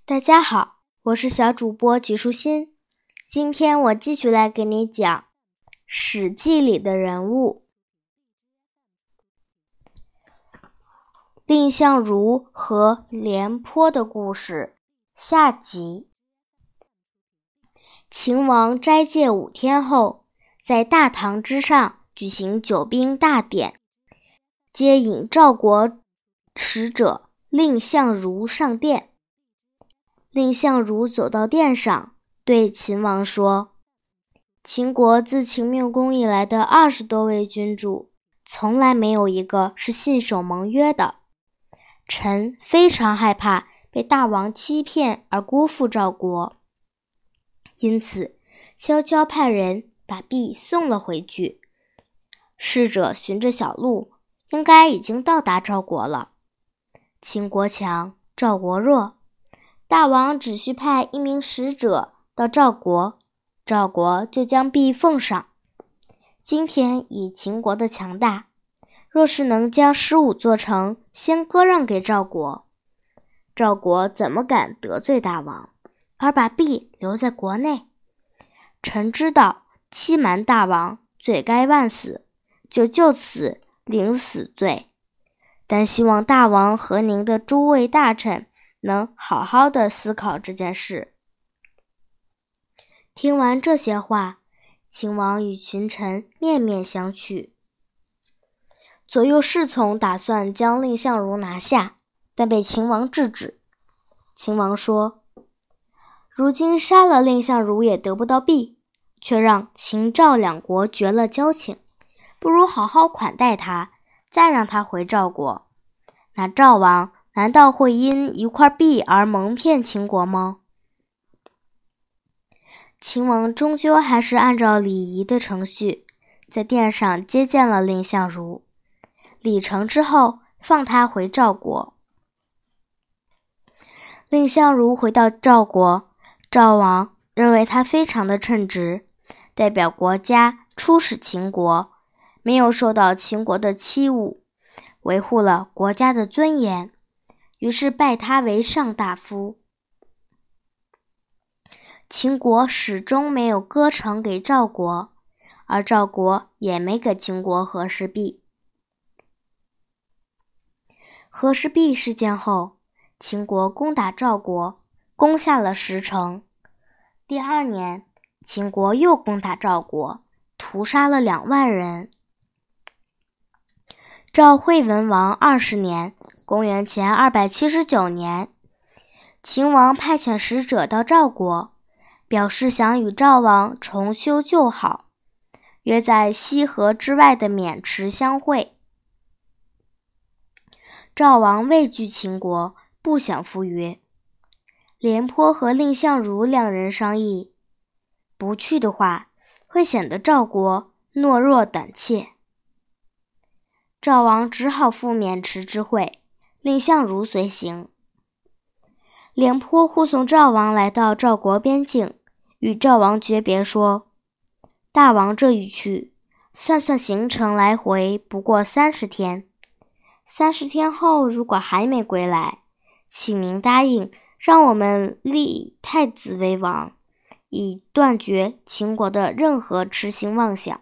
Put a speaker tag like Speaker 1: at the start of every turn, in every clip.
Speaker 1: 大家好，我是小主播吉舒心。今天我继续来给你讲《史记》里的人物蔺相如和廉颇的故事下集。秦王斋戒5天后，在大堂之上举行九宾大典，接引赵国使者蔺相如上殿。蔺相如走到殿上，对秦王说：秦国自秦穆公以来的20多位君主，从来没有一个是信守盟约的。臣非常害怕被大王欺骗而辜负赵国，因此悄悄派人把璧送了回去。使者循着小路，应该已经到达赵国了。秦国强，赵国弱，大王只需派1名使者到赵国，赵国就将璧奉上。今天以秦国的强大，若是能将15座城先割让给赵国，赵国怎么敢得罪大王，而把璧留在国内？臣知道欺瞒大王，罪该万死，就此领死罪。但希望大王和您的诸位大臣能好好的思考这件事。听完这些话，秦王与群臣面面相觑。左右侍从打算将蔺相如拿下，但被秦王制止。秦王说：如今杀了蔺相如也得不到璧，却让秦赵2国绝了交情，不如好好款待他，再让他回赵国。那赵王难道会因一块璧而蒙骗秦国吗？秦王终究还是按照礼仪的程序，在殿上接见了蔺相如。礼成之后，放他回赵国。蔺相如回到赵国，赵王认为他非常的称职，代表国家出使秦国，没有受到秦国的欺侮，维护了国家的尊严，于是拜他为上大夫。秦国始终没有割城给赵国，而赵国也没给秦国和氏璧。和氏璧事件后，秦国攻打赵国，攻下了10城。第2年，秦国又攻打赵国，屠杀了2万人。赵惠文王20年，公元前279年，秦王派遣使者到赵国，表示想与赵王重修旧好，约在西河之外的渑池相会。赵王畏惧秦国，不想赴约。廉颇和蔺相如2人商议，不去的话，会显得赵国懦弱胆怯。赵王只好赴渑池之会，蔺相如随行。廉颇护送赵王来到赵国边境，与赵王诀别说：大王这一去，算行程来回不过30天。30天后如果还没归来，请您答应让我们立太子为王，以断绝秦国的任何痴心妄想。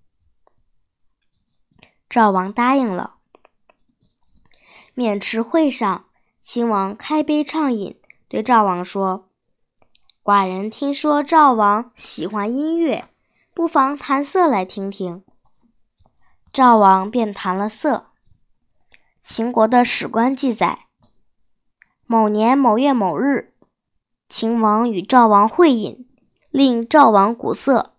Speaker 1: 赵王答应了。渑池会上，秦王开杯畅饮，对赵王说：寡人听说赵王喜欢音乐，不妨弹瑟来听听。赵王便弹了瑟。秦国的史官记载，某年某月某日，秦王与赵王会饮，令赵王鼓瑟。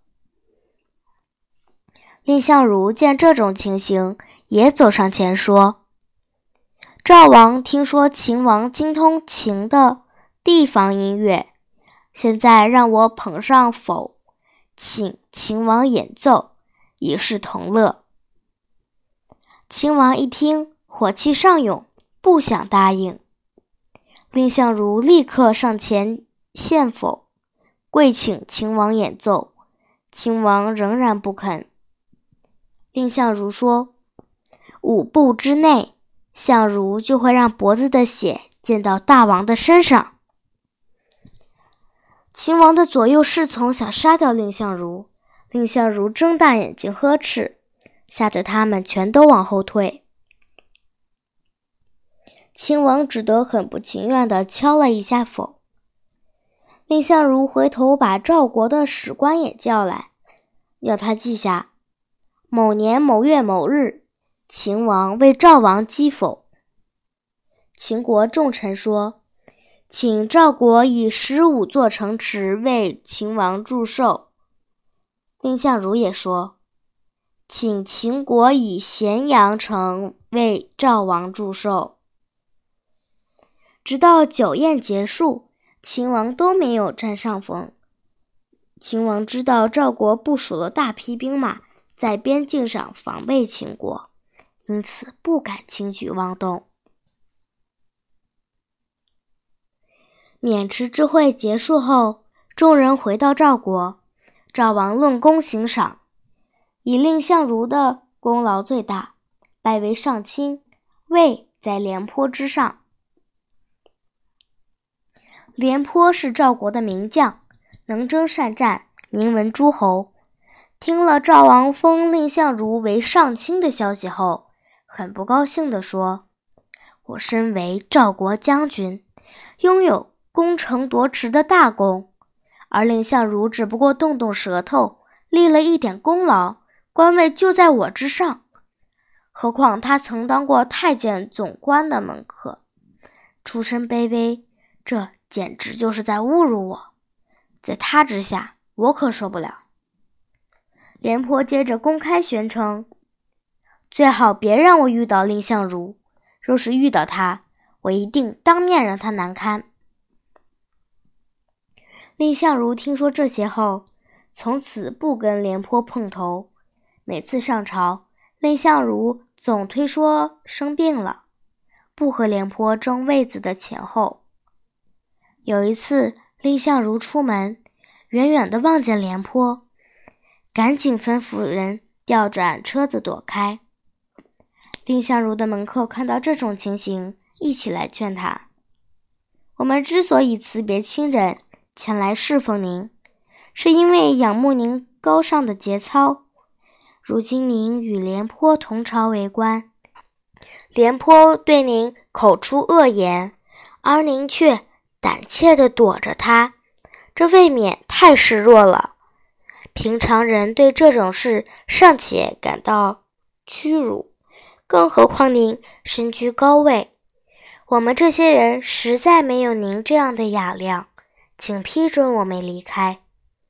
Speaker 1: 蔺相如见这种情形，也走上前说：赵王听说秦王精通秦的地方音乐，现在让我捧上否，请秦王演奏，以示同乐。秦王一听，火气上涌，不想答应。蔺相如立刻上前献否，跪请秦王演奏，秦王仍然不肯。蔺相如说：5步之内，相如就会让脖子的血溅到大王的身上。 秦王的左右侍从想杀掉蔺相如，蔺相如睁大眼睛呵斥，吓得他们全都往后退。秦王只得很不情愿地敲了一下否。蔺相如回头把赵国的史官也叫来，要他记下某年某月某日，秦王为赵王击否。秦国重臣说，请赵国以15座城池为秦王祝寿。蔺相如也说，请秦国以咸阳城为赵王祝寿。直到酒宴结束，秦王都没有占上风。秦王知道赵国部署了大批兵马在边境上防备秦国，因此不敢轻举妄动。渑池之会结束后，众人回到赵国，赵王论功行赏，以蔺相如的功劳最大，拜为上卿，位在廉颇之上。廉颇是赵国的名将，能征善战，名闻诸侯。听了赵王封蔺相如为上卿的消息后，很不高兴地说，我身为赵国将军，拥有攻城夺池的大功，而蔺相如只不过动动舌头，立了一点功劳，官位就在我之上。何况他曾当过太监总官的门客，出身卑微，这简直就是在侮辱我。在他之下，我可受不了。廉颇接着公开宣称，最好别让我遇到蔺相如，若是遇到他，我一定当面让他难堪。蔺相如听说这些后，从此不跟廉颇碰头。每次上朝，蔺相如总推说生病了，不和廉颇争位子的前后。有一次，蔺相如出门，远远地望见廉颇，赶紧吩咐人调转车子躲开。蔺相如的门客看到这种情形，一起来劝他，我们之所以辞别亲人前来侍奉您，是因为仰慕您高尚的节操。如今您与廉颇同朝为官，廉颇对您口出恶言，而您却胆怯地躲着他，这未免太示弱了。平常人对这种事尚且感到屈辱，更何况您身居高位。我们这些人实在没有您这样的雅量，请批准我们离开。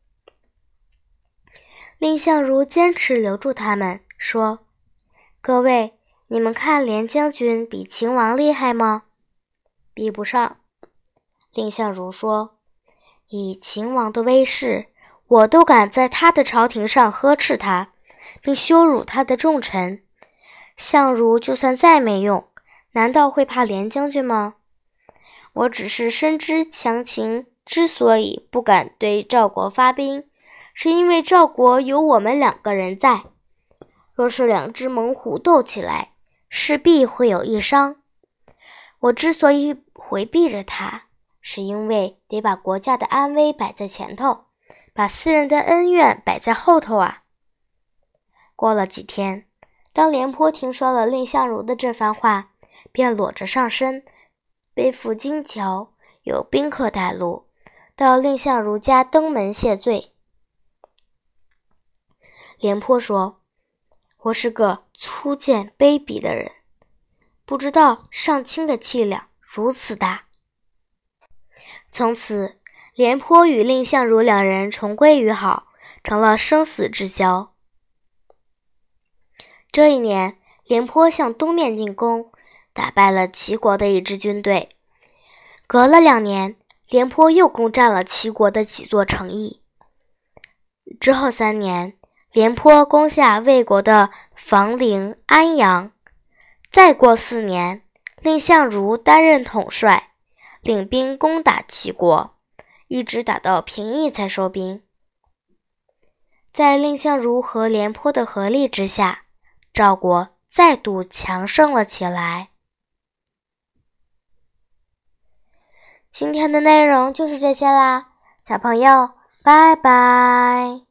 Speaker 1: 蔺相如坚持留住他们，说，各位，你们看廉将军比秦王厉害吗？比不上。蔺相如说，以秦王的威势，我都敢在他的朝廷上呵斥他，并羞辱他的重臣。相如就算再没用，难道会怕廉将军吗？我只是深知强秦之所以不敢对赵国发兵，是因为赵国有我们2个人在，若是2只猛虎斗起来，势必会有一伤。我之所以回避着他，是因为得把国家的安危摆在前头，把私人的恩怨摆在后头啊。过了几天，当廉颇听说了蔺相如的这番话，便裸着上身，背负金条，有宾客带路，到蔺相如家登门谢罪。廉颇说，我是个粗贱卑鄙的人，不知道上卿的气量如此大。从此，廉颇与蔺相如2人重归于好，成了生死之交。这一年，廉颇向东面进攻，打败了齐国的一支军队。隔了2年，廉颇又攻占了齐国的几座城邑。之后3年，廉颇攻下魏国的房陵、安阳。再过4年，蔺相如担任统帅，领兵攻打齐国，一直打到平邑才收兵。在蔺相如和廉颇的合力之下，赵国再度强盛了起来。今天的内容就是这些啦。 小朋友，拜拜。